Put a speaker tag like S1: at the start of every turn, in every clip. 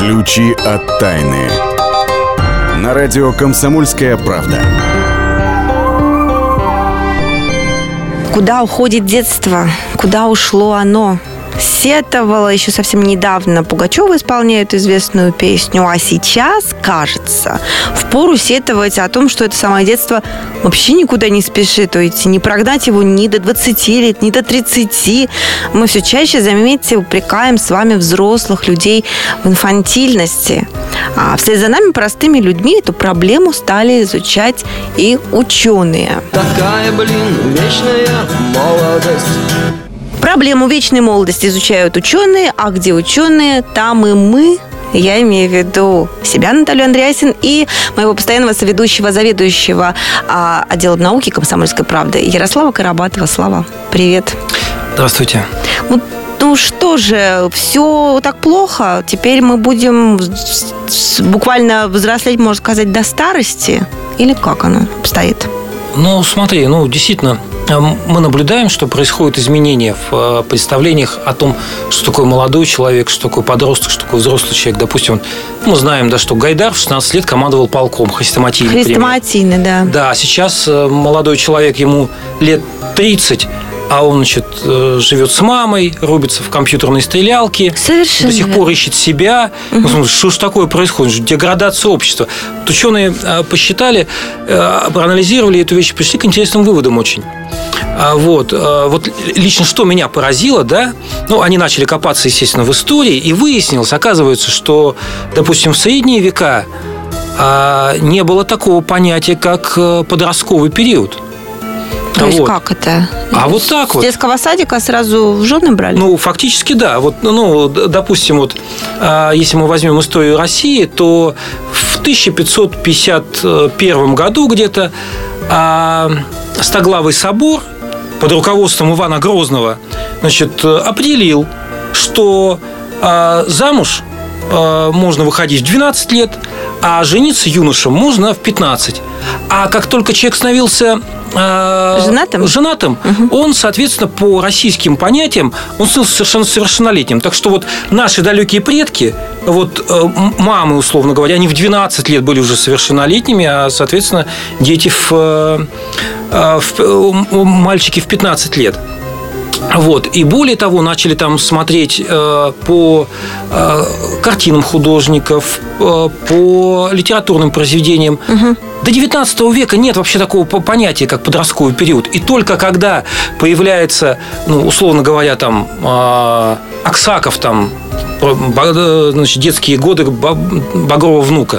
S1: Ключи от тайны. На радио «Комсомольская правда».
S2: Куда уходит детство? Куда ушло оно? Сетовала еще совсем недавно. Пугачева исполняет известную песню. А сейчас, кажется, впору сетовать о том, что это самое детство вообще никуда не спешит. То есть не прогнать его ни до 20 лет, ни до 30. Мы все чаще, заметьте, упрекаем с вами взрослых людей в инфантильности. А вслед за нами, простыми людьми, эту проблему стали изучать и ученые.
S3: Такая, вечная молодость.
S2: Проблему вечной молодости изучают ученые, а где ученые, там и мы. Я имею в виду себя, Наталью Андреасин, и моего постоянного соведущего, заведующего отделом науки «Комсомольской правды» Ярослава Карабатова. Слава, привет.
S4: Здравствуйте.
S2: Ну что же, все так плохо. Теперь мы будем буквально взрослеть, можно сказать, до старости? Или как оно обстоит?
S4: Ну, смотри, действительно, мы наблюдаем, что происходят изменения в представлениях о том, что такое молодой человек, что такое подросток, что такое взрослый человек. Допустим, мы знаем, что Гайдар в 16 лет командовал полком,
S2: Хрестоматийный, да.
S4: Да, сейчас молодой человек, ему лет 30, а он, живет с мамой, рубится в компьютерной стрелялке.
S2: Совершенно.
S4: До сих пор ищет себя. Что ж такое происходит? Деградация общества. Ученые посчитали, проанализировали эту вещь, пришли к интересным выводам очень. Вот лично что меня поразило, они начали копаться, естественно, в истории, и выяснилось, оказывается, что, допустим, в средние века не было такого понятия, как подростковый период.
S2: То есть как это?
S4: Вот так
S2: С детского садика сразу в жены брали?
S4: Фактически, да. Допустим, если мы возьмем историю России, то в 1551 году где-то Стоглавый собор под руководством Ивана Грозного, определил, что замуж можно выходить в 12 лет, а жениться юношам можно в 15. А как только человек становился женатым, он, соответственно, по российским понятиям, он становился совершенно совершеннолетним. Так что наши далекие предки, мамы, условно говоря, они в 12 лет были уже совершеннолетними, а, соответственно, дети мальчики в 15 лет. И более того, начали смотреть по картинам художников, по литературным произведениям. До 19 века нет вообще такого понятия, как подростковый период. И только когда появляется, условно говоря, Аксаков, детские годы Багрова внука.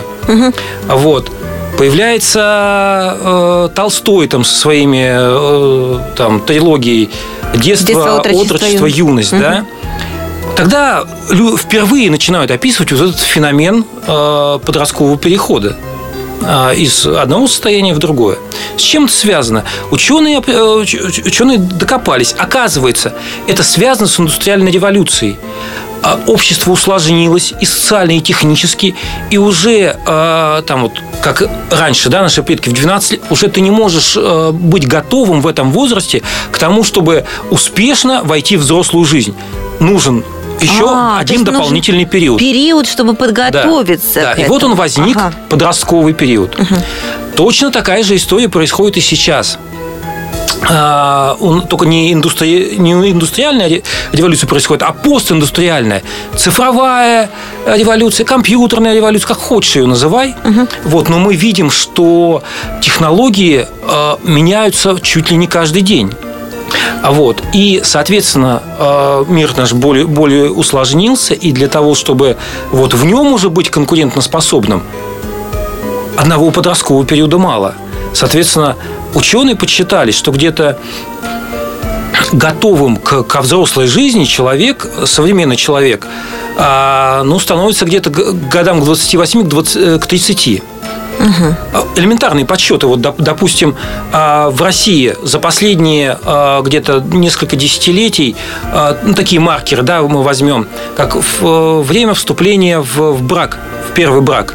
S4: Появляется Толстой со своими трилогией «Детство, отрочество, юность». Тогда впервые начинают описывать этот феномен подросткового перехода из одного состояния в другое. С чем это связано? Ученые докопались. Оказывается, это связано с индустриальной революцией. Общество усложнилось и социально, и технически, и уже как раньше, наши предки в 12 лет, уже ты не можешь быть готовым в этом возрасте к тому, чтобы успешно войти в взрослую жизнь. Нужен еще один дополнительный период.
S2: Период, чтобы подготовиться.
S4: Да. И он возник, подростковый период. Точно такая же история происходит и сейчас. Только не индустриальная революция происходит, а постиндустриальная. Цифровая революция, компьютерная революция, как хочешь ее называй. Но мы видим, что технологии меняются чуть ли не каждый день. И, соответственно, мир наш более усложнился, и для того, чтобы в нем уже быть конкурентоспособным, одного подросткового периода мало. Соответственно, ученые подсчитали, что где-то готовым ко взрослой жизни современный человек, становится где-то годам к 28, к 30. Элементарные подсчеты. Допустим, в России за последние где-то несколько десятилетий такие маркеры, мы возьмем, как время вступления в брак, в первый брак.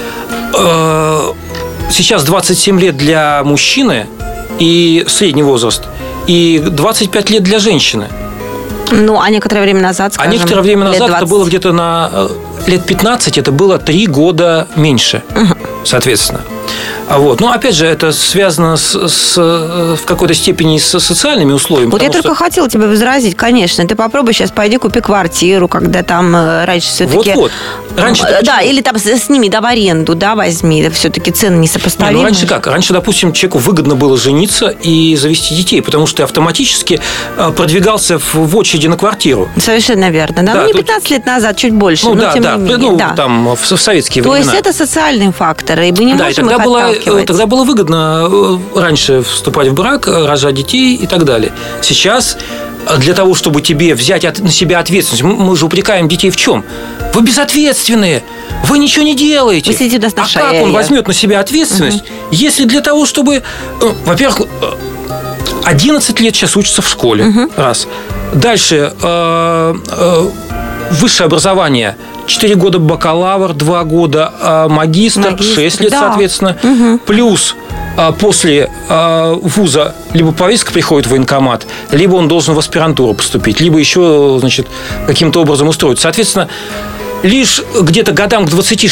S4: Сейчас 27 лет для мужчины и средний возраст, и 25 лет для женщины.
S2: Ну, а некоторое время назад, скажем,
S4: некоторое время назад это было где-то на лет 15, это было 3 года меньше, соответственно. Вот. Но, опять же, это связано в какой-то степени с социальными условиями.
S2: Вот я только хотела тебя возразить, конечно. Ты попробуй сейчас, пойди купи квартиру, когда там раньше все-таки...
S4: Вот-вот. Раньше
S2: да, или там сними, да, в аренду, да, возьми. Все-таки цены несопоставимы.
S4: Ну, раньше как? Раньше, допустим, человеку выгодно было жениться и завести детей, потому что ты автоматически продвигался в очереди на квартиру.
S2: Совершенно верно. Да?
S4: Да,
S2: ну, не 15 лет назад, чуть больше,
S4: ну,
S2: но
S4: да,
S2: тем
S4: да,
S2: не менее.
S4: Ну,
S2: да.
S4: там, в советские времена.
S2: То есть это социальные факторы, и мы не можем их отталкивать.
S4: Тогда было выгодно раньше вступать в брак, рожать детей и так далее. Сейчас для того, чтобы тебе взять на себя ответственность, мы же упрекаем детей в чем? Вы безответственные, вы ничего не делаете.
S2: Вы сидите у нас на шее.
S4: Как он возьмет на себя ответственность, если для того, чтобы... Во-первых, 11 лет сейчас учатся в школе. Раз. Дальше высшее образование. 4 года бакалавр, 2 года магистр, 6 лет, да, соответственно. Плюс после вуза либо повестка приходит в военкомат, либо он должен в аспирантуру поступить, либо еще, значит, каким-то образом устроиться. Соответственно, лишь где-то годам к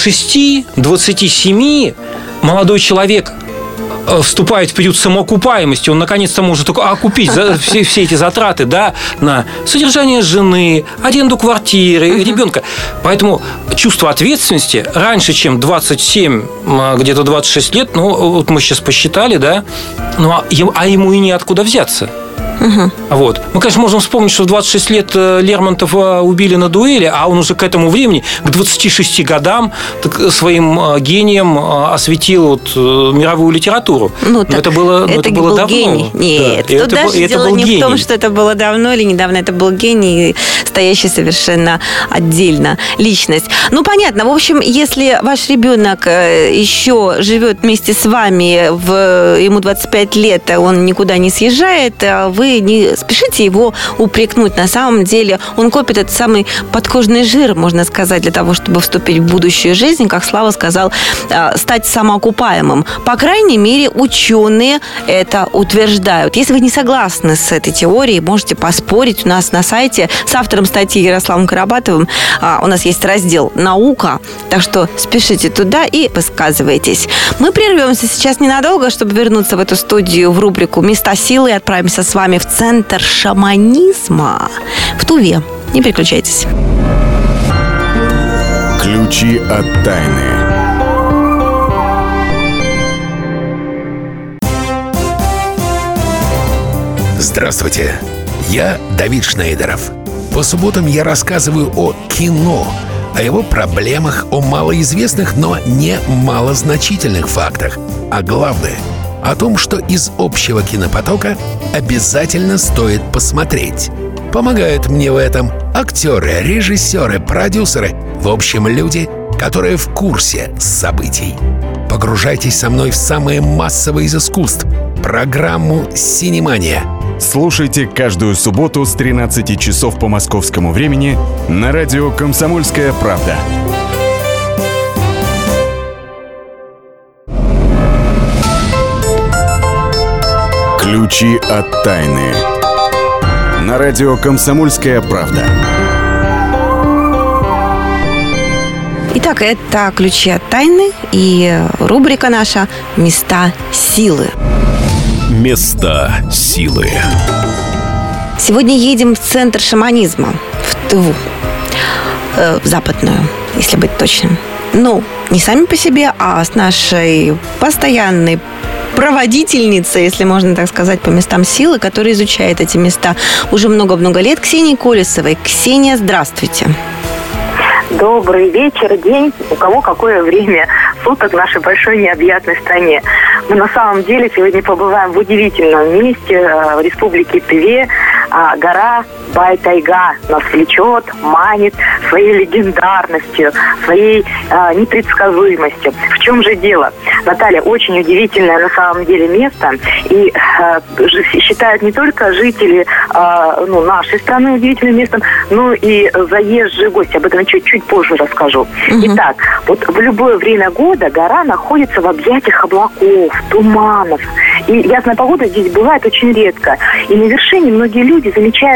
S4: 26-27 молодой человек вступает в период самоокупаемости, он наконец-то может окупить все эти затраты, да, на содержание жены, аренду квартиры, ребенка. Поэтому чувство ответственности раньше, чем 27, где-то 26 лет, ну, вот мы сейчас посчитали, да, ну, а ему и неоткуда взяться. Вот. Мы, конечно, можем вспомнить, что в 26 лет Лермонтова убили на дуэли, а он уже к этому времени, к 26 годам, своим гением осветил вот мировую литературу.
S2: Ну, это было давно. Гений. Нет, да. Тут даже дело не в том, что это было давно или недавно. Это был гений, стоящий совершенно отдельно личность. Ну, понятно. В общем, если ваш ребенок еще живет вместе с вами, ему 25 лет, он никуда не съезжает, вы не спешите его упрекнуть. На самом деле он копит этот самый подкожный жир, можно сказать, для того, чтобы вступить в будущую жизнь, как Слава сказал, стать самоокупаемым. По крайней мере, ученые это утверждают. Если вы не согласны с этой теорией, можете поспорить у нас на сайте с автором статьи Ярославом Карабатовым. У нас есть раздел «Наука», так что спешите туда и высказывайтесь. Мы прервемся сейчас ненадолго, чтобы вернуться в эту студию в рубрику «Места силы» и отправимся с вами в центр шаманизма в Туве. Не переключайтесь.
S1: Ключи от тайны.
S5: Здравствуйте, я Давид Шнейдеров. По субботам я рассказываю о кино, о его проблемах, о малоизвестных, но не малозначительных фактах. А главное — о том, что из общего кинопотока обязательно стоит посмотреть. Помогают мне в этом актеры, режиссеры, продюсеры, в общем, люди, которые в курсе событий. Погружайтесь со мной в самое массовое из искусств — программу «Синемания».
S1: Слушайте каждую субботу с 13 часов по московскому времени на радио «Комсомольская правда». Ключи от тайны. На радио «Комсомольская правда».
S2: Итак, это «Ключи от тайны» и рубрика наша «Места силы».
S5: Места силы.
S2: Сегодня едем в центр шаманизма, в Тыву, в западную, если быть точным. Ну, не сами по себе, а с нашей постоянной проводительницей, если можно так сказать, по местам силы, которая изучает эти места уже много-много лет, Ксенией Колесовой. Ксения, здравствуйте.
S6: Добрый вечер, день, у кого какое время суток в нашей большой необъятной стране. Мы на самом деле сегодня побываем в удивительном месте в республике Тыве. Гора Бай-Тайга нас влечет, манит своей легендарностью, своей непредсказуемостью. В чем же дело? Наталья, очень удивительное на самом деле место. И считают не только жители нашей страны удивительным местом, но и заезжие гости. Об этом чуть позже расскажу. Итак, вот в любое время года гора находится в объятиях облаков, туманов. И ясная погода здесь бывает очень редко. И на вершине многие люди замечают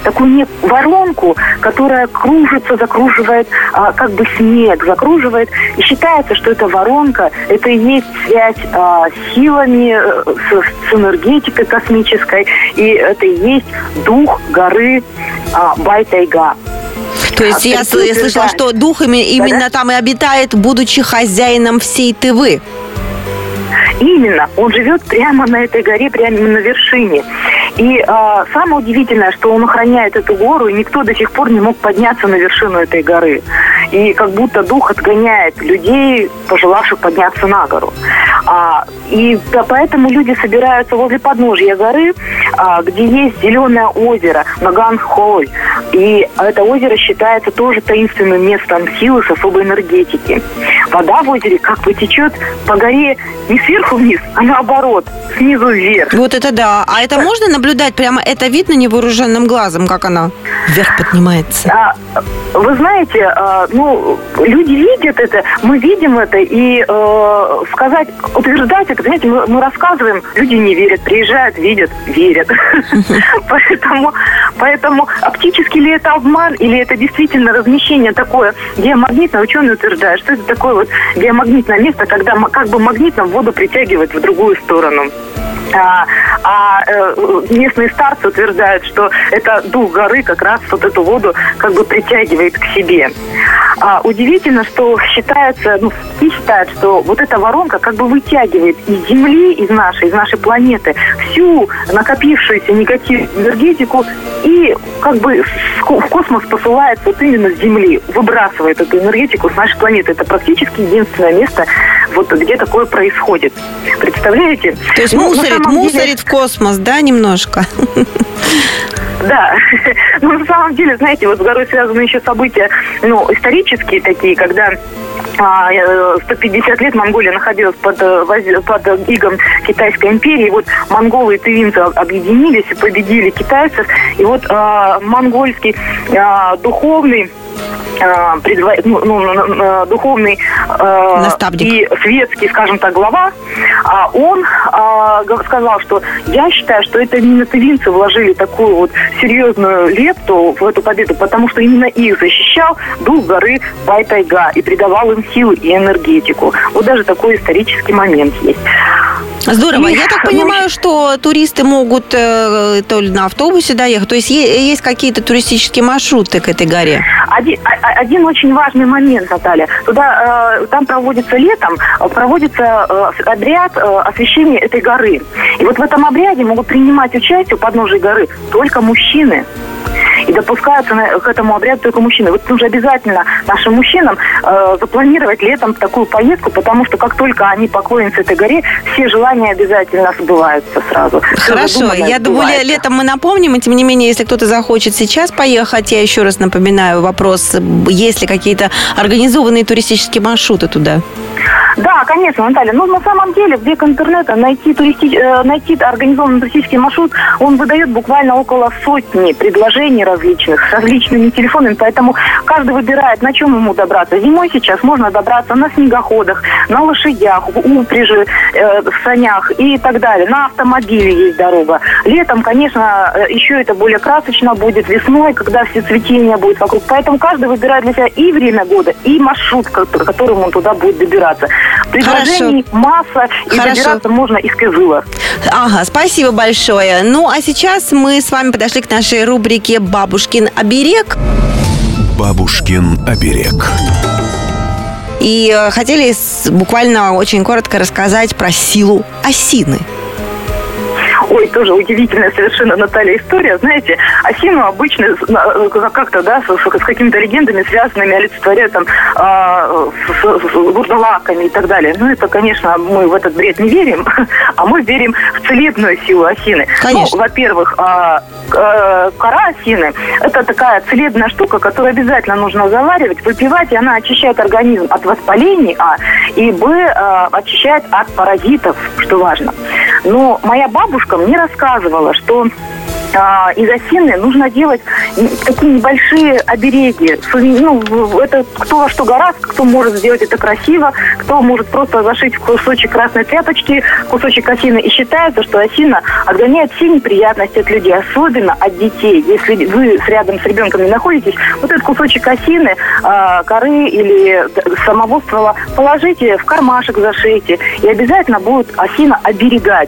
S6: такую воронку, которая кружится, закруживает, как бы снег закруживает. И считается, что эта воронка, это и есть связь с силами, с энергетикой космической. И это и есть дух горы Бай-Тайга.
S2: То есть я слышала, что дух именно там и обитает, будучи хозяином всей Тывы.
S6: Именно. Он живет прямо на этой горе, прямо на вершине. И самое удивительное, что он охраняет эту гору, и никто до сих пор не мог подняться на вершину этой горы. И как будто дух отгоняет людей, пожелавших подняться на гору. И поэтому люди собираются возле подножья горы, где есть зеленое озеро Наган-Холь. И это озеро считается тоже таинственным местом силы с особой энергетики. Вода в озере как бы течет по горе не сверху вниз, а наоборот, снизу вверх.
S2: Вот это да. А это можно наблюдать? Прямо это видно невооруженным глазом, как она вверх поднимается?
S6: Вы знаете, люди видят это, мы видим это, и утверждать это, знаете, мы рассказываем, люди не верят, приезжают, видят, верят. Поэтому оптически ли это обман, или это действительно размещение такое геомагнитное, ученые утверждают, что это такое вот геомагнитное место, когда как бы магнитом воду притягивает в другую сторону. Местные старцы утверждают, что это дух горы как раз вот эту воду как бы притягивает к себе. Удивительно, что считается, считают, что вот эта воронка как бы вытягивает из Земли, из нашей планеты всю накопившуюся негативную энергетику и как бы в космос посылает вот именно с Земли, выбрасывает эту энергетику с нашей планеты. Это практически единственное место, вот где такое происходит. Представляете?
S2: То есть мусорит в космос, да, немножко?
S6: Да. На самом деле, знаете, вот с горой связаны еще события, исторические такие, когда 150 лет Монголия находилась под игом Китайской империи. И вот монголы и тывинцы объединились и победили китайцев. И вот монгольский духовный духовный и светский, скажем так, глава, он сказал, что я считаю, что это именно тывинцы вложили такую вот серьезную лепту в эту победу, потому что именно их защищал дух горы Бай-Тайга и придавал им силы и энергетику. Вот даже такой исторический момент есть.
S2: Здорово. Я так понимаю, что туристы могут то ли на автобусе доехать, то есть есть какие-то туристические маршруты к этой горе?
S6: Один очень важный момент, Наталья. Там летом проводится обряд освящения этой горы. И вот в этом обряде могут принимать участие у подножия горы только мужчины. И допускаются к этому обряду только мужчины. Вот нужно обязательно нашим мужчинам запланировать летом такую поездку, потому что как только они поклонятся этой горе, все желания обязательно сбываются сразу.
S2: Хорошо, я думаю, летом мы напомним, и тем не менее, если кто-то захочет сейчас поехать, я еще раз напоминаю вопрос, есть ли какие-то организованные туристические маршруты туда?
S6: Да, конечно, Наталья. На самом деле, в век интернета найти организованный туристический маршрут, он выдает буквально около сотни предложений различных, с различными телефонами, поэтому каждый выбирает, на чем ему добраться. Зимой сейчас можно добраться на снегоходах, на лошадях, в упряжи, в санях и так далее. На автомобиле есть дорога. Летом, конечно, еще это более красочно будет, весной, когда все цветение будет вокруг. Поэтому каждый выбирает для себя и время года, и маршрут, которым он туда будет добираться. Предложений масса, и добираться можно из Кызыла.
S2: Ага, спасибо большое. А сейчас мы с вами подошли к нашей рубрике «Бабушкин оберег».
S1: Бабушкин оберег.
S2: И хотели буквально очень коротко рассказать про силу осины.
S6: Ой, тоже удивительная совершенно, Наталья, история. Знаете, осину обычно как-то, с какими-то легендами связанными, олицетворяют с вурдалаками и так далее. Это, конечно, мы в этот бред не верим, а мы верим в целебную силу осины.
S2: Конечно.
S6: Во-первых, кора осины – это такая целебная штука, которую обязательно нужно заваривать, выпивать, и она очищает организм от воспалений, и очищает от паразитов, что важно. Но моя бабушка мне рассказывала, что из осины нужно делать такие небольшие обереги. Это кто во что гораздо, кто может сделать это красиво, кто может просто зашить кусочек красной тряпочки, кусочек осины. И считается, что осина отгоняет все неприятности от людей, особенно от детей. Если вы рядом с ребенком не находитесь, вот этот кусочек осины, коры или самого ствола положите в кармашек, зашейте, и обязательно будет осина оберегать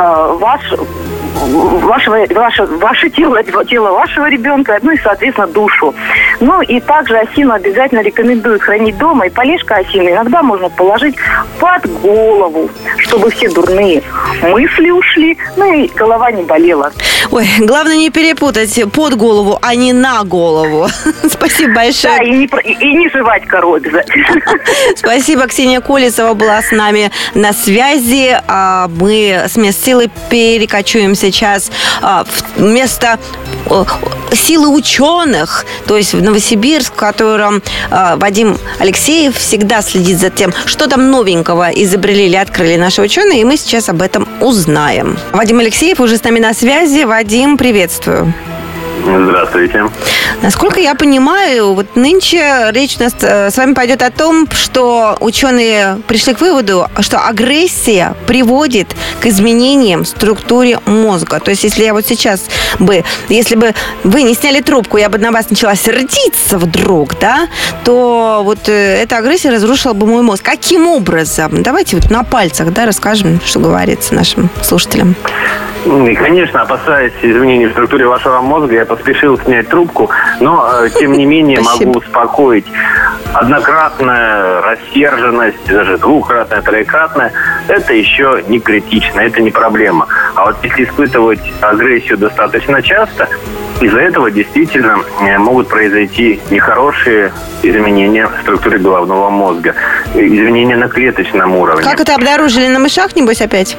S6: ваше тело вашего ребенка, ну и, соответственно, душу. Ну и также осину обязательно рекомендуют хранить дома. И полежка осины иногда можно положить под голову, чтобы все дурные мысли ушли, ну и голова не болела.
S2: Ой, главное не перепутать под голову, а не на голову. Спасибо большое.
S6: Да, и не жевать кору обязательно.
S2: Спасибо. Ксения Колесова была с нами на связи. Мы с мест силы перекочуем сейчас в место силы ученых, то есть в Новосибирск, в котором Вадим Алексеев всегда следит за тем, что там новенького изобрели или открыли наши ученые, и мы сейчас об этом узнаем. Вадим Алексеев уже с нами на связи. Вадим, приветствую.
S7: Здравствуйте.
S2: Насколько я понимаю, вот нынче речь у нас с вами пойдет о том, что ученые пришли к выводу, что агрессия приводит к изменениям в структуре мозга. То есть, если я вот сейчас если бы вы не сняли трубку, я бы на вас начала сердиться вдруг, да, то вот эта агрессия разрушила бы мой мозг. Каким образом? Давайте вот на пальцах, да, расскажем, что говорится нашим слушателям.
S7: И, конечно, опасаясь изменений в структуре вашего мозга, я поспешил снять трубку, но, тем не менее, могу успокоить. Однократная рассерженность, даже двухкратная, троекратная, это еще не критично, это не проблема. А вот если испытывать агрессию достаточно часто, из-за этого действительно могут произойти нехорошие изменения в структуре головного мозга, изменения на клеточном уровне.
S2: Как это обнаружили на мышах, небось, опять?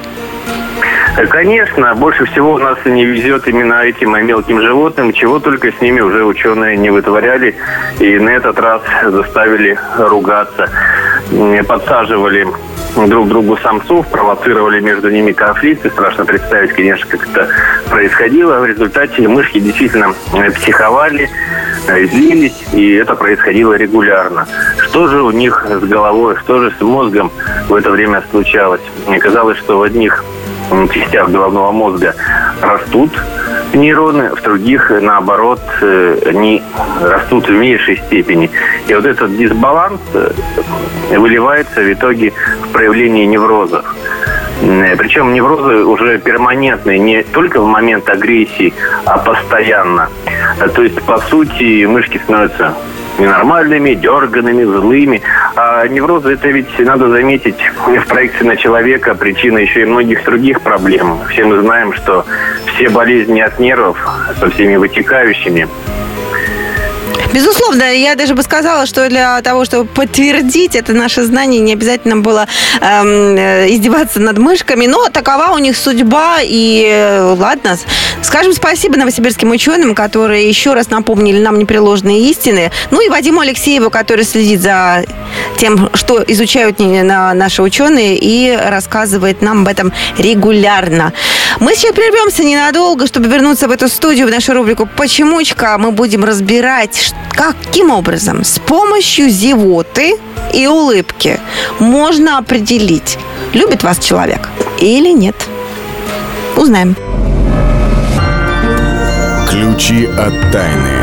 S7: Конечно, больше всего у нас не везет именно этим мелким животным, чего только с ними уже ученые не вытворяли, и на этот раз заставили ругаться. Подсаживали друг другу самцов, провоцировали между ними конфликты. Страшно представить, конечно, как это происходило. В результате мышки действительно психовали, злились, и это происходило регулярно. Что же у них с головой, что же с мозгом в это время случалось? Мне казалось, что в одних частях головного мозга растут нейроны, в других, наоборот, они растут в меньшей степени. И вот этот дисбаланс выливается в итоге в проявлении неврозов. Причем неврозы уже перманентные, не только в момент агрессии, а постоянно. То есть, по сути, мышки становятся ненормальными, дерганными, злыми. А неврозы, это ведь, надо заметить, в проекции на человека причина еще и многих других проблем. Все мы знаем, что все болезни от нервов со всеми вытекающими.
S2: Безусловно, я даже бы сказала, что для того, чтобы подтвердить это наше знание, не обязательно было издеваться над мышками, но такова у них судьба, и ладно. Скажем спасибо новосибирским ученым, которые еще раз напомнили нам непреложные истины, ну и Вадиму Алексееву, который следит за тем, что изучают наши ученые, и рассказывает нам об этом регулярно. Мы сейчас прервемся ненадолго, чтобы вернуться в эту студию, в нашу рубрику «Почемучка». Мы будем разбирать, каким образом с помощью зевоты и улыбки можно определить, любит вас человек или нет. Узнаем.
S1: Ключи от тайны.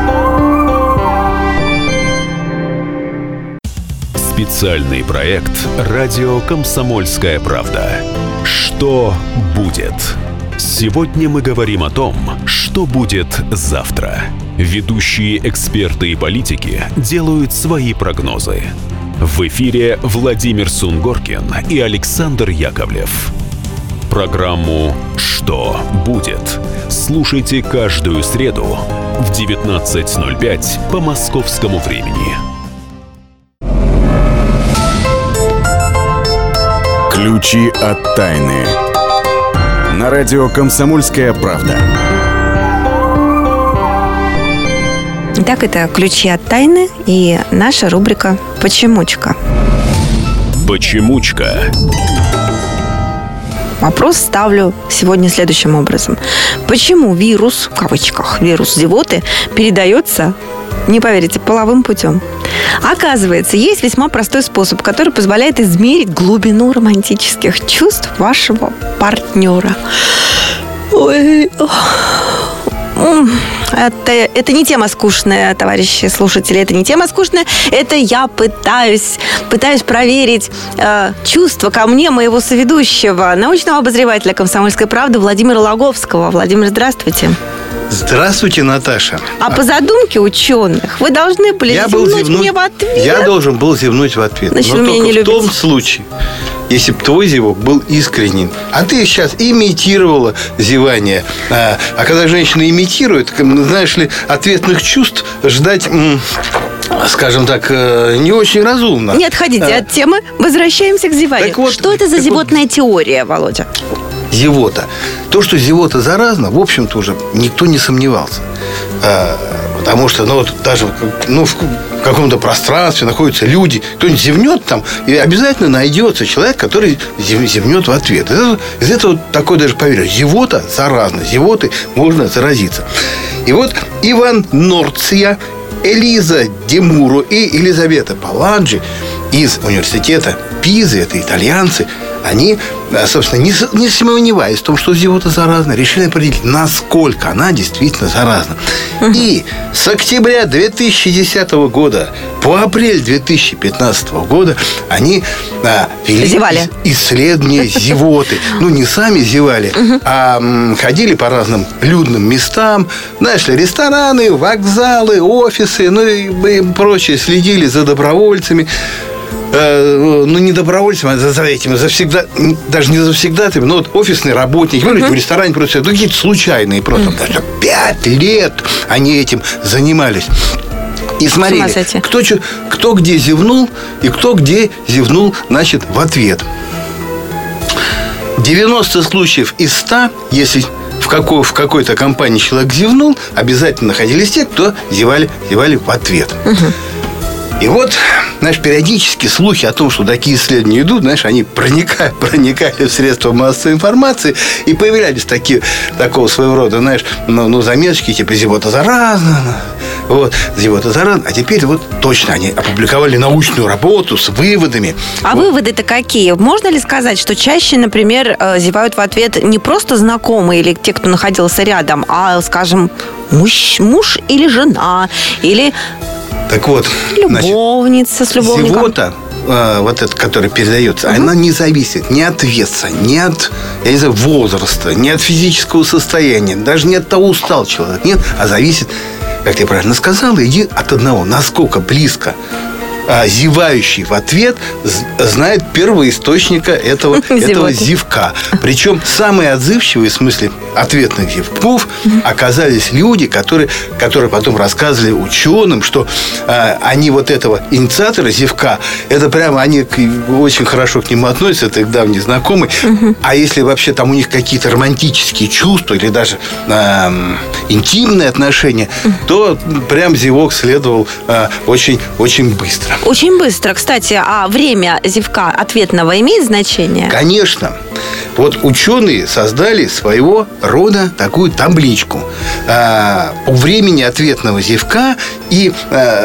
S5: Специальный проект «Радио Комсомольская правда». Что будет? Сегодня мы говорим о том, что будет завтра. Ведущие эксперты и политики делают свои прогнозы. В эфире Владимир Сунгоркин и Александр Яковлев. Программу «Что будет?» слушайте каждую среду в 19:05 по московскому времени.
S1: Ключи от тайны. На радио «Комсомольская правда».
S2: Итак, это «Ключи от тайны» и наша рубрика «Почемучка».
S5: Почемучка.
S2: Вопрос ставлю сегодня следующим образом. Почему вирус, в кавычках, вирус зевоты передается, не поверите, половым путем? Оказывается, есть весьма простой способ, который позволяет измерить глубину романтических чувств вашего партнера. Ой. Это не тема скучная, товарищи слушатели, это не тема скучная. Это я пытаюсь проверить чувства ко мне моего соведущего, научного обозревателя «Комсомольской правды» Владимира Логовского. Владимир, здравствуйте.
S8: Здравствуйте, Наташа.
S2: А по задумке ученых вы должны были зевнуть мне в ответ.
S8: Я должен был зевнуть в ответ.
S2: Значит,
S8: но только
S2: в
S8: том случае, если бы твой зевок был искренним. А ты сейчас имитировала зевание. А когда женщина имитирует, знаешь ли, ответных чувств ждать, скажем так, не очень разумно.
S2: Не отходите от темы. Возвращаемся к зеванию.
S8: Вот,
S2: что это за зевотная теория, Володя?
S8: Зевота. То, что зевота заразна, в общем-то, уже никто не сомневался. Потому что, даже в каком-то пространстве находятся люди, кто-нибудь зевнет там, и обязательно найдется человек, который зевнет в ответ. Из этого такое даже поверье. Зевота заразна. Зевотой можно заразиться. И вот Иван Норция, Элиза Демуро и Елизавета Паладжи из университета Пизы, это итальянцы, они, собственно, не сомневаясь в том, что зевота заразна, решили определить, насколько она действительно заразна. И с октября 2010 года по апрель 2015 года они вели исследование зевоты. Не сами зевали, а ходили по разным людным местам. Знаешь ли, рестораны, вокзалы, офисы, и прочее. Следили за добровольцами. Не добровольцами, а за этими, даже не завсегдатами, но офисные работники, в ресторане просто, какие-то случайные просто. 5 лет они этим занимались. И смотрели, кто где зевнул, и кто где зевнул, значит, в ответ. 90 случаев из 100, если в какой-то компании человек зевнул, обязательно находились те, кто зевали в ответ. И вот, знаешь, периодически слухи о том, что такие исследования идут, знаешь, они проникали в средства массовой информации, и появлялись такого своего рода, знаешь, заметочки, типа зевота заразна, зевота заразна. А теперь точно они опубликовали научную работу с выводами.
S2: А выводы-то какие? Можно ли сказать, что чаще, например, зевают в ответ не просто знакомые или те, кто находился рядом, а, скажем, муж или жена, или...
S8: Так вот,
S2: любовница с любовником.
S8: Зевота, эта, которая передается, она не зависит ни от веса, ни от, возраста, ни от физического состояния, даже не от того, устал человек, нет, а зависит, как ты правильно сказала, от одного, насколько близко зевающий в ответ знает первоисточника этого зевка. Причем самые отзывчивые, в смысле ответных зевков, оказались люди, которые потом рассказывали ученым, что они этого инициатора зевка, это прямо они очень хорошо к нему относятся, это их давний знакомый. А если вообще там у них какие-то романтические чувства или даже интимные отношения, то прям зевок следовал очень быстро.
S2: Очень быстро. Кстати, а время зевка ответного имеет значение?
S8: Конечно. Ученые создали своего рода такую табличку по времени ответного зевка, и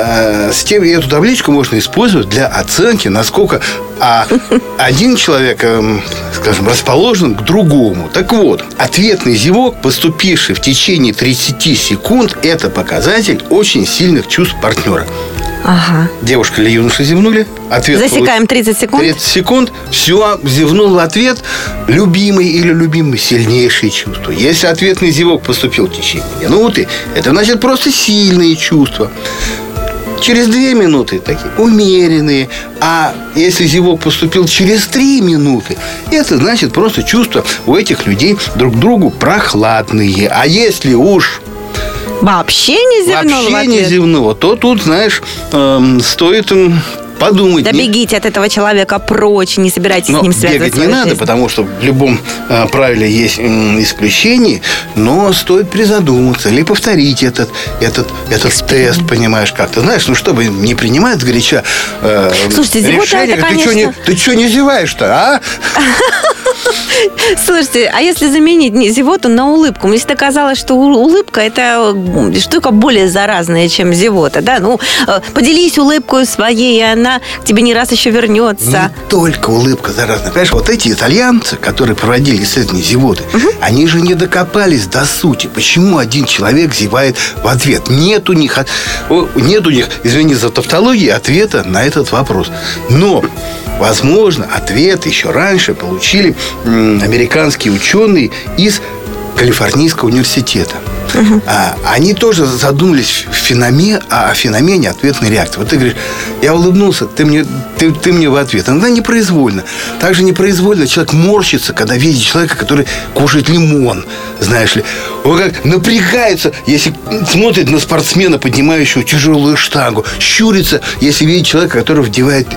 S8: эту табличку можно использовать для оценки, насколько один человек, скажем, расположен к другому. Так вот, ответный зевок, поступивший в течение 30 секунд, это показатель очень сильных чувств партнера.
S2: Ага.
S8: Девушка или юноша зевнули.
S2: Засекаем 30 секунд.
S8: 30 секунд. Все, зевнул в ответ. Любимый или любимый, сильнейшие чувства. Если ответный зевок поступил в течение минуты, это значит просто сильные чувства. Через 2 минуты такие умеренные. А если зевок поступил через 3 минуты, это значит просто чувства у этих людей друг к другу прохладные. А если уж
S2: вообще не зевнула,
S8: то тут, знаешь, стоит подумать.
S2: Да бегите от этого человека прочь, не собирайтесь с ним связывать.
S8: Бегать не надо, потому что в любом правиле есть исключение, но стоит призадуматься или повторить этот тест, понимаешь, как-то. Знаешь, чтобы не принимать сгоряча
S2: Слушайте, зевота это, конечно...
S8: Ты что не зеваешь-то, а?
S2: Слушайте, а если заменить не зевоту на улыбку? Мне всегда казалось, что улыбка – это штука более заразная, чем зевота, да? Ну, поделись улыбкой своей, и она к тебе не раз еще вернется.
S8: Не только улыбка заразная. Понимаешь, вот эти итальянцы, которые проводили исследование зевоты, они же не докопались до сути. Почему один человек зевает в ответ? Нет у них, извини за тавтологию, ответа на этот вопрос. Но, возможно, ответ еще раньше получили американские ученые из Калифорнийского университета. Они тоже задумались о феномене ответной реакции. Вот ты говоришь, я улыбнулся, ты мне в ответ. Иногда непроизвольно. Также непроизвольно человек морщится, когда видит человека, который кушает лимон. Знаешь ли, он как напрягается, если смотрит на спортсмена, поднимающего тяжелую штангу. Щурится, если видит человека, который вдевает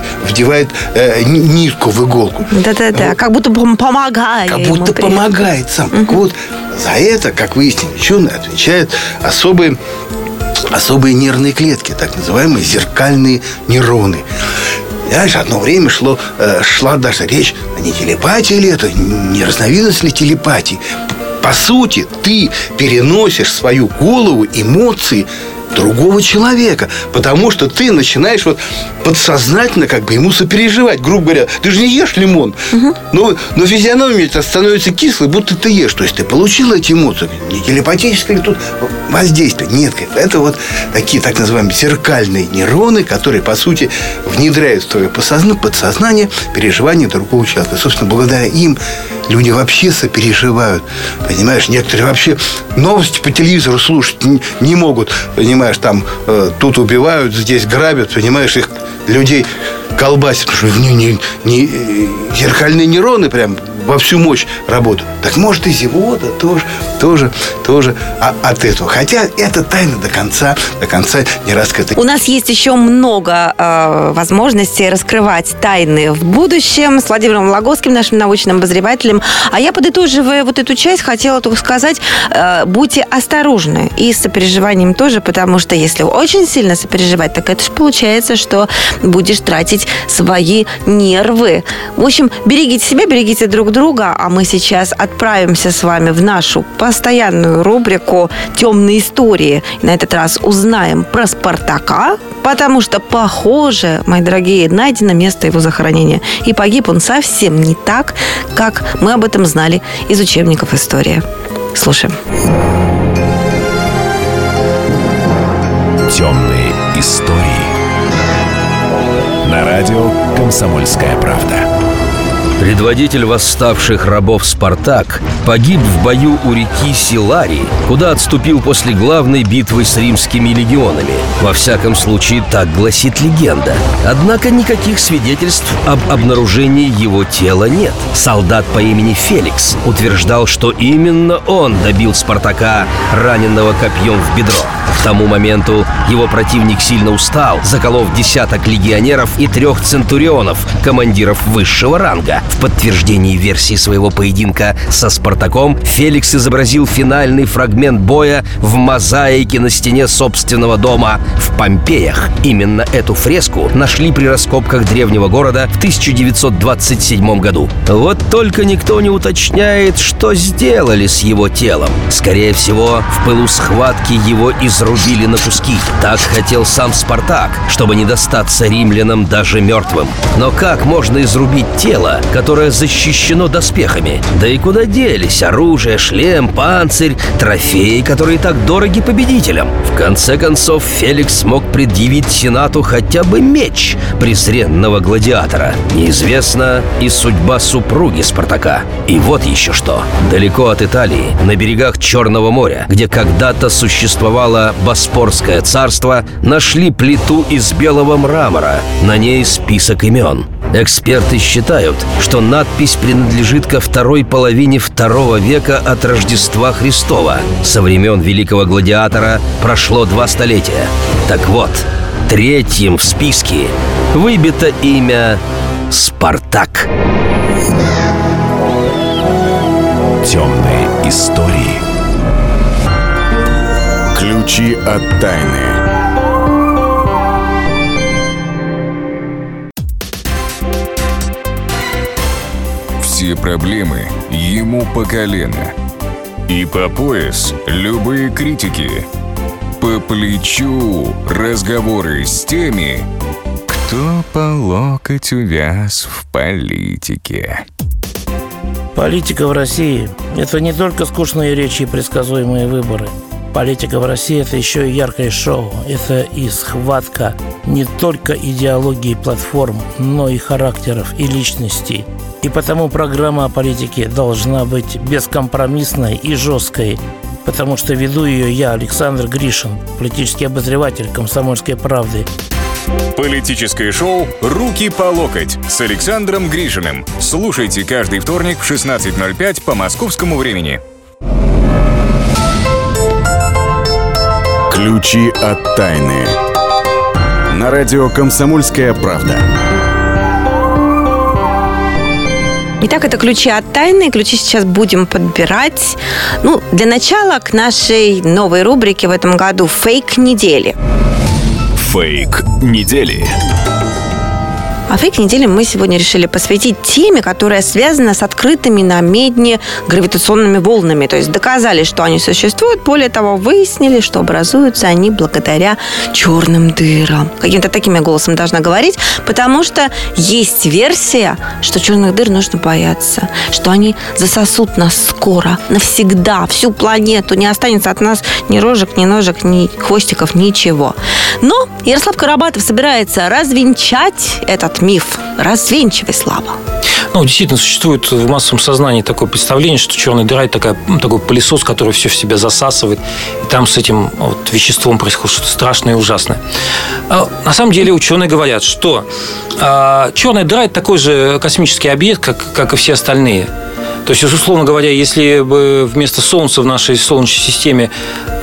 S8: нитку в иголку.
S2: Да-да-да, как будто помогает.
S8: Как будто помогает сам. Так вот, за это, как выяснили ученые, отвечают особые нервные клетки, так называемые зеркальные нейроны. Знаешь, одно время шла даже речь, не телепатия ли это, не разновидность ли телепатии. По сути, ты переносишь в свою голову эмоции другого человека, потому что ты начинаешь подсознательно как бы ему сопереживать. Грубо говоря, ты же не ешь лимон, но физиономия становится кислой, будто ты ешь. То есть ты получил эти эмоции. Не телепатическое ли тут воздействие? Нет, это вот такие так называемые зеркальные нейроны, которые, по сути, внедряют в твое подсознание переживания другого человека. И, собственно, благодаря им люди вообще сопереживают. Понимаешь, некоторые вообще новости по телевизору слушать не могут. Понимаешь, там тут убивают, здесь грабят. Понимаешь, их людей колбасит, потому что зеркальные нейроны прям во всю мощь работают. Так может и зевота тоже от этого. Хотя это тайна до конца не раскрыта.
S2: У нас есть еще много возможностей раскрывать тайны в будущем с Владимиром Логоским, нашим научным обозревателем. А я, подытоживая вот эту часть, хотела только сказать, будьте осторожны и с сопереживанием тоже, потому что если очень сильно сопереживать, так это же получается, что будешь тратить свои нервы. В общем, берегите себя, берегите друг друга, а мы сейчас отправимся с вами в нашу постоянную рубрику «Темные истории». И на этот раз узнаем про Спартака, потому что, похоже, мои дорогие, найдено место его захоронения. И погиб он совсем не так, как мы об этом знали из учебников истории. Слушаем.
S1: «Темные истории» на радио «Комсомольская правда».
S9: Предводитель восставших рабов Спартак погиб в бою у реки Силари, куда отступил после главной битвы с римскими легионами. Во всяком случае, так гласит легенда. Однако никаких свидетельств об обнаружении его тела нет. Солдат по имени Феликс утверждал, что именно он добил Спартака, раненного копьем в бедро. К тому моменту его противник сильно устал, заколов десяток легионеров и 3 центурионов, командиров высшего ранга. В подтверждении версии своего поединка со Спартаком Феликс изобразил финальный фрагмент боя в мозаике на стене собственного дома в Помпеях. Именно эту фреску нашли при раскопках древнего города в 1927 году. Вот только никто не уточняет, что сделали с его телом. Скорее всего, в пылу схватки его изрубили на куски. Так хотел сам Спартак, чтобы не достаться римлянам даже мертвым. Но как можно изрубить тело, которое защищено доспехами? Да и куда делись оружие, шлем, панцирь, трофеи, которые так дороги победителям? В конце концов, Феликс смог предъявить Сенату хотя бы меч презренного гладиатора. Неизвестна и судьба супруги Спартака. И вот еще что. Далеко от Италии, на берегах Черного моря, где когда-то существовало Боспорское царство, нашли плиту из белого мрамора. На ней список имен. Эксперты считают, что надпись принадлежит ко второй половине II века от Рождества Христова. Со времен Великого Гладиатора прошло 2 столетия. Так вот, 3-м в списке выбито имя Спартак.
S1: Темные истории. Ключи от тайны.
S10: Все
S1: проблемы ему по колено. И по пояс любые критики. По плечу разговоры с теми, кто по локоть увяз в политике.
S10: Политика в России – это не только скучные речи и предсказуемые выборы. Политика в России – это еще и яркое шоу. Это и схватка не только идеологии платформ, но и характеров и личностей. И потому программа о политике должна быть бескомпромиссной и жесткой, потому что веду ее я, Александр Гришин, политический обозреватель «Комсомольской правды».
S1: Политическое шоу «Руки по локоть» с Александром Гришиным. Слушайте каждый вторник в 16:05 по московскому времени. Ключи от тайны. На радио «Комсомольская правда».
S2: Итак, это ключи от тайны. Ключи сейчас будем подбирать. Для начала к нашей новой рубрике в этом году «Фейк недели».
S1: Фейк недели.
S2: А фейк недели мы сегодня решили посвятить теме, которая связана с открытыми на медне гравитационными волнами. То есть доказали, что они существуют. Более того, выяснили, что образуются они благодаря черным дырам. Каким-то таким я голосом должна говорить, потому что есть версия, что черных дыр нужно бояться, что они засосут нас скоро, навсегда, всю планету. Не останется от нас ни рожек, ни ножек, ни хвостиков, ничего. Но Ярослав Карабатов собирается развенчать этот миф. Развенчивай, Слава.
S4: Действительно, существует в массовом сознании такое представление, что черная дыра – это такой пылесос, который все в себя засасывает. И там с этим веществом происходит что-то страшное и ужасное. На самом деле ученые говорят, что черная дыра – это такой же космический объект, как и все остальные. То есть, условно говоря, если бы вместо Солнца в нашей Солнечной системе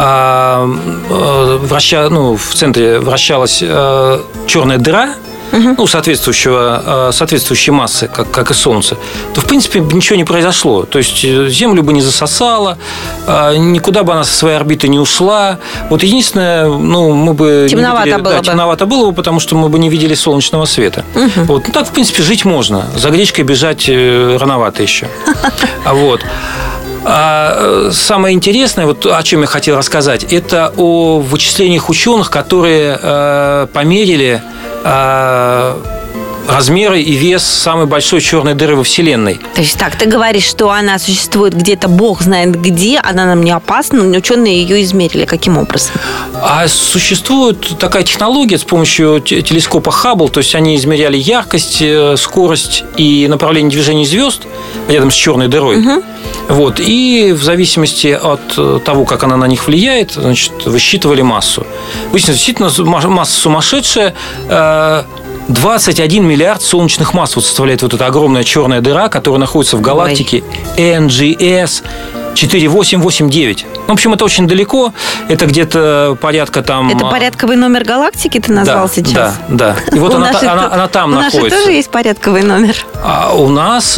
S4: в центре вращалась черная дыра, соответствующей массы, как и Солнце, то, в принципе, ничего не произошло. То есть Землю бы не засосало, никуда бы она со своей орбиты не ушла. Единственное, мы бы темновато было бы, потому что мы бы не видели солнечного света. Так, в принципе, жить можно. За гречкой бежать рановато еще. А самое интересное, о чем я хотел рассказать, это о вычислениях ученых, которые померили размеры и вес самой большой черной дыры во Вселенной.
S2: То есть ты говоришь, что она существует где-то, бог знает где, она нам не опасна, но ученые ее измерили. Каким образом?
S4: А существует такая технология с помощью телескопа Хаббл, то есть они измеряли яркость, скорость и направление движения звезд рядом с черной дырой. И в зависимости от того, как она на них влияет, высчитывали массу. Выяснилось, действительно, масса сумасшедшая. 21 миллиард солнечных масс составляет эта огромная черная дыра, которая находится в галактике NGS 4889. В общем, это очень далеко. Это где-то порядка там...
S2: Это порядковый номер галактики ты назвал сейчас?
S4: Да. И она там находится.
S2: У нашей тоже есть порядковый номер?
S4: А у нас...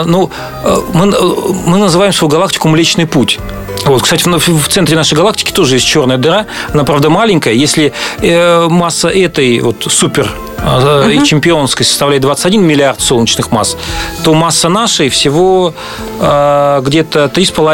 S4: мы называем свою галактику Млечный Путь. Кстати, в центре нашей галактики тоже есть черная дыра. Она, правда, маленькая. Если масса этой супер и чемпионской составляет 21 миллиард солнечных масс, то масса нашей всего где-то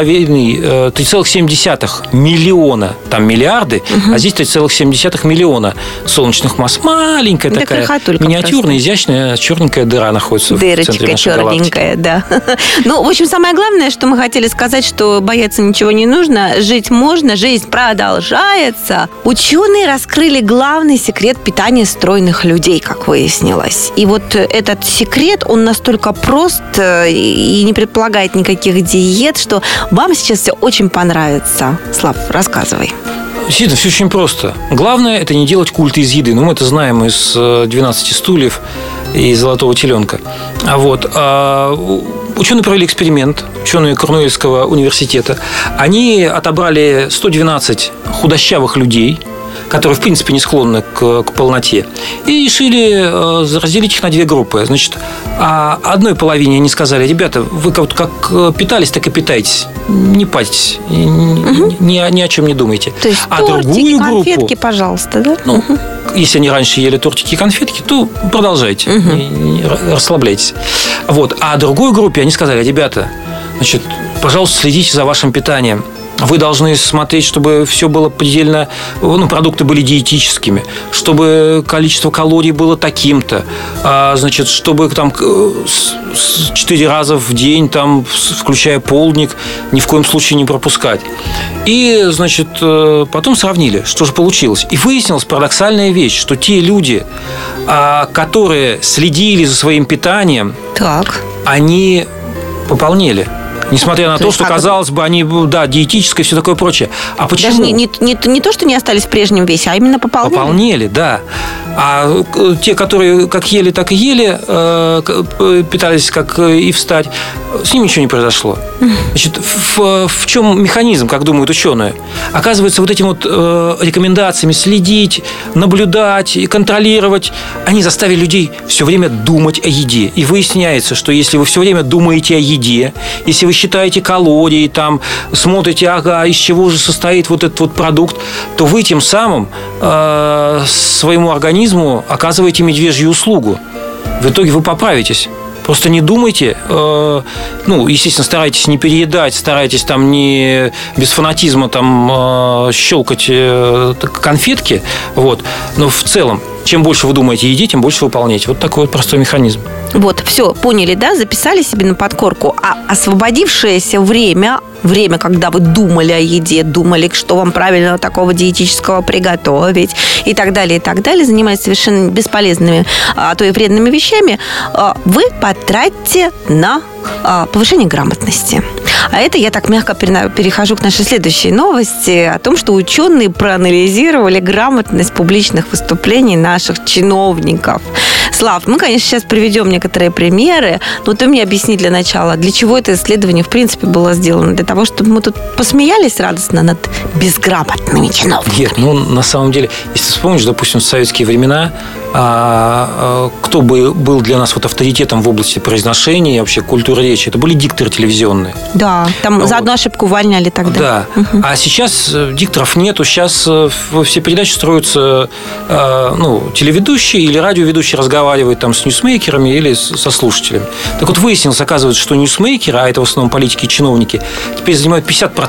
S4: 3,7 миллиона. Там миллиарды, а здесь 3,7 миллиона солнечных масс. Маленькая такая, миниатюрная, изящная, черненькая дыра находится в центре нашей галактики.
S2: Дырочка черненькая, да. В общем, самое главное, что мы хотели сказать, что бояться ничего не нужно, жить можно, жизнь продолжается. Ученые раскрыли главный секрет питания стройных людей, как выяснилось. И этот секрет, он настолько прост и не предполагает никаких диет, что вам сейчас все очень понравится. Слав, рассказывай.
S4: Действительно, все очень просто. Главное – это не делать культы из еды. Мы это знаем из «12 стульев» и «Золотого теленка». Ученые провели эксперимент, ученые Корнуэльского университета. Они отобрали 112 худощавых людей, которые, в принципе, не склонны к полноте, и решили разделить их на две группы. Одной половине они сказали: ребята, вы как питались, так и питайтесь, не пайтесь, ни о чем не думайте.
S2: То есть тортики, конфетки, пожалуйста, да?
S4: если они раньше ели тортики и конфетки, то продолжайте, не расслабляйтесь. Вот. А другой группе они сказали: ребята, значит, пожалуйста, следите за вашим питанием. Вы должны смотреть, чтобы все было предельно... продукты были диетическими, чтобы количество калорий было таким-то, значит, чтобы там 4 раза в день, там, включая полдник, ни в коем случае не пропускать. И, значит, потом сравнили, что же получилось. И выяснилась парадоксальная вещь, что те люди, которые следили за своим питанием, они пополнели. Несмотря на то, что, казалось бы, они, диетическое и все такое прочее. А почему?
S2: Даже не то, что не остались в прежнем весе, а именно пополнели.
S4: Пополнели, да. А те, которые как ели, так и ели, питались как и встать, с ними ничего не произошло. Значит, в чем механизм, как думают ученые? Оказывается, вот этими вот рекомендациями следить, наблюдать и контролировать, они заставили людей все время думать о еде. И выясняется, что если вы все время думаете о еде, если вы считаете калории, там, смотрите, из чего же состоит вот этот вот продукт, то вы тем самым своему организму оказываете медвежью услугу. В итоге вы поправитесь. Просто не думайте, естественно, старайтесь не переедать, старайтесь там не без фанатизма там щелкать конфетки, вот. Но в целом, чем больше вы думаете о еде, тем больше вы выполняете. Вот такой вот простой механизм.
S2: Вот, все, поняли, да? Записали себе на подкорку. А освободившееся время, когда вы думали о еде, думали, что вам правильно такого диетического приготовить и так далее, занимались совершенно бесполезными, а то и вредными вещами, вы потратьте на повышение грамотности. А это я так мягко перехожу к нашей следующей новости о том, что ученые проанализировали грамотность публичных выступлений наших чиновников. Слав, мы, конечно, сейчас приведем некоторые примеры, но ты мне объясни для начала, для чего это исследование, в принципе, было сделано? Для того, чтобы мы тут посмеялись радостно над безграмотными чиновниками?
S4: Нет, на самом деле, если вспомнишь, допустим, в советские времена, кто был для нас вот авторитетом в области произношения и вообще культуры речи, это были дикторы телевизионные.
S2: Да, там за одну ошибку увольняли тогда.
S4: Да, а сейчас дикторов нету, сейчас все передачи строятся, телеведущие или радиоведущие разговаривают там с ньюсмейкерами или со слушателями. Так вот, выяснилось, оказывается, что ньюсмейкеры, а это в основном политики и чиновники, теперь занимают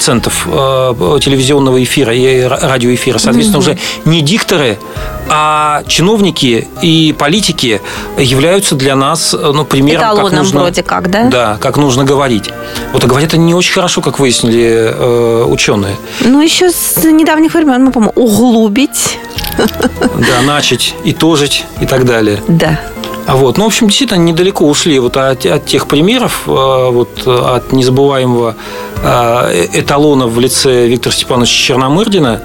S4: 50% телевизионного эфира и радиоэфира. Соответственно, уже не дикторы, а чиновники и политики являются для нас примером,
S2: эталоном,
S4: как нужно,
S2: вроде как, да?
S4: Да, как нужно говорить. Вот, а говорят они не очень хорошо, как выяснили ученые.
S2: Еще с недавних времен мы, по-моему, углубить.
S4: Да, начать, итожить и так далее.
S2: Да.
S4: В общем, действительно, недалеко ушли от тех примеров, от незабываемого эталона в лице Виктора Степановича Черномырдина.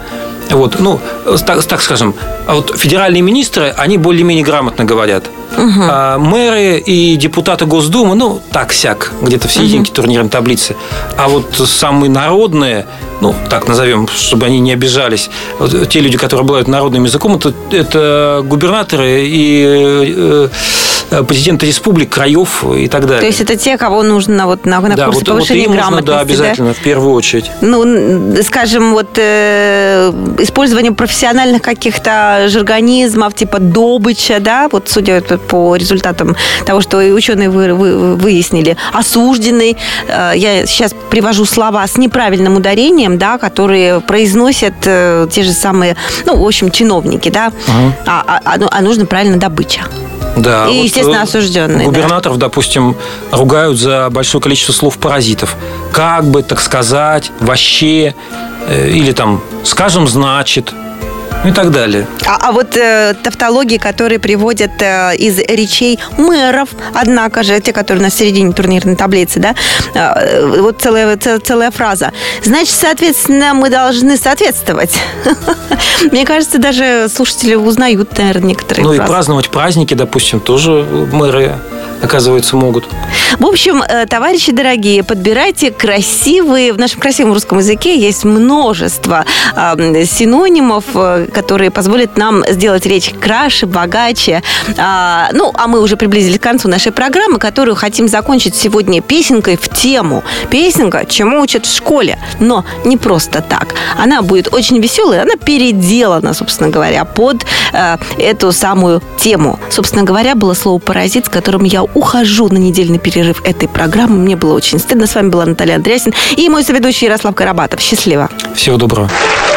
S4: Так скажем, федеральные министры, они более-менее грамотно говорят. Мэры и депутаты Госдумы, так-сяк, где-то в серединке турнирной таблицы. А самые народные, так назовем, чтобы они не обижались, те люди, которые обладают народным языком, это губернаторы и президенты республик, краев и так далее.
S2: То есть это те, кого нужно на курсы повышения грамотности,
S4: да, обязательно, в первую очередь.
S2: Скажем, использование профессиональных каких-то жаргонизмов, типа добыча, да, судя по результатам того, что и ученые выяснили, осужденный, я сейчас привожу слова с неправильным ударением, да, которые произносят те же самые, в общем, чиновники, да, а нужно правильно добыча.
S4: Да,
S2: и, естественно, осужденные.
S4: Губернаторов, допустим, ругают за большое количество слов-паразитов. Как бы, так сказать, вообще, или там, скажем, значит, и так далее.
S2: Тавтологии, которые приводят из речей мэров, однако же, те, которые на середине турнирной таблицы, да, целая фраза. Значит, соответственно, мы должны соответствовать. Мне кажется, даже слушатели узнают, наверное, некоторые фразы.
S4: И праздновать праздники, допустим, тоже мэры оказывается, могут.
S2: В общем, товарищи дорогие, подбирайте красивые... В нашем красивом русском языке есть множество синонимов, которые позволят нам сделать речь краше, богаче. А мы уже приблизились к концу нашей программы, которую хотим закончить сегодня песенкой в тему. Песенка, чему учат в школе. Но не просто так. Она будет очень веселая, она переделана, собственно говоря, под эту самую тему. Собственно говоря, было слово «паразит», с которым я ухожу на недельный перерыв этой программы. Мне было очень стыдно. С вами была Наталья Андреасин и мой соведущий Ярослав Карабатов. Счастливо.
S4: Всего доброго.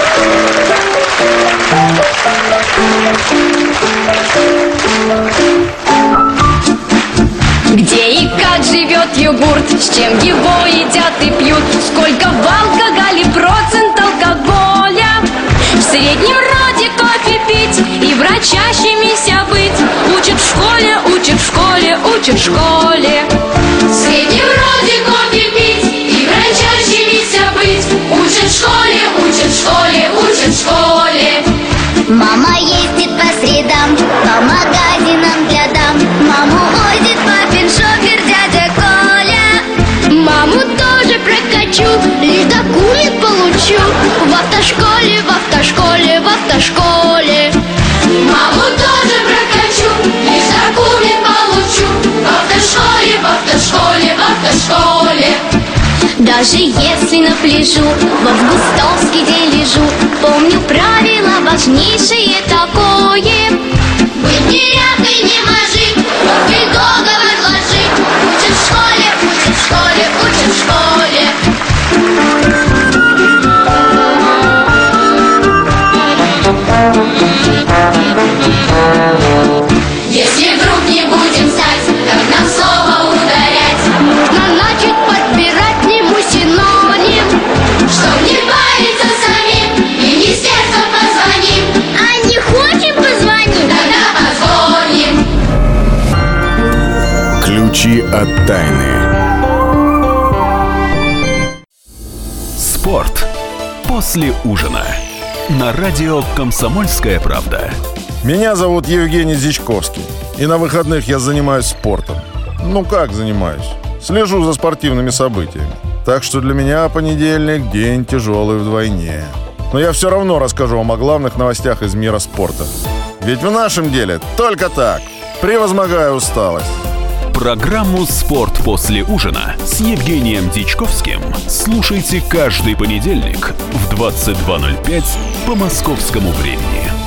S11: Где и как живет йогурт, с чем его едят и пьют, сколько в алкоголе процент алкоголя. В среднем роде кофе пить и врачащимися быть. Учат в школе, учат в школе, учат в школе. В среднем роде кофе пить и врачащимися быть. Учат в школе, учат в школе, учат в школе.
S12: Мама ездит по средам, по магазинам для дам. Маму возит папин шофер дядя Коля.
S11: Маму тоже прокачу, лишь документ получу. В автошколе, в автошколе, в автошколе. Маму тоже прокачу, лишь документ получу. В автошколе, в автошколе, в автошколе. Даже если на пляжу в августовский день лежу, помню правило важнейшее такое: быть неряхой не можи, профиль договор ложи. Учат в школе, учат в школе, учат в школе. Если вдруг не будем знать, как нам слово ударять, нужно начать подбирать к нему синоним. Чтоб не париться самим, министерство позвоним.
S12: А не хочем позвонить?
S11: Тогда позвоним.
S1: Ключи от тайны.
S13: Спорт после ужина. На радио «Комсомольская правда».
S14: Меня зовут Евгений Зичковский. И на выходных я занимаюсь спортом. Ну как занимаюсь? Слежу за спортивными событиями. Так что для меня понедельник – день тяжелый вдвойне. Но я все равно расскажу вам о главных новостях из мира спорта. Ведь в нашем деле только так, превозмогая усталость.
S13: Программу «Спорт после ужина» с Евгением Дичковским слушайте каждый понедельник в 22:05 по московскому времени.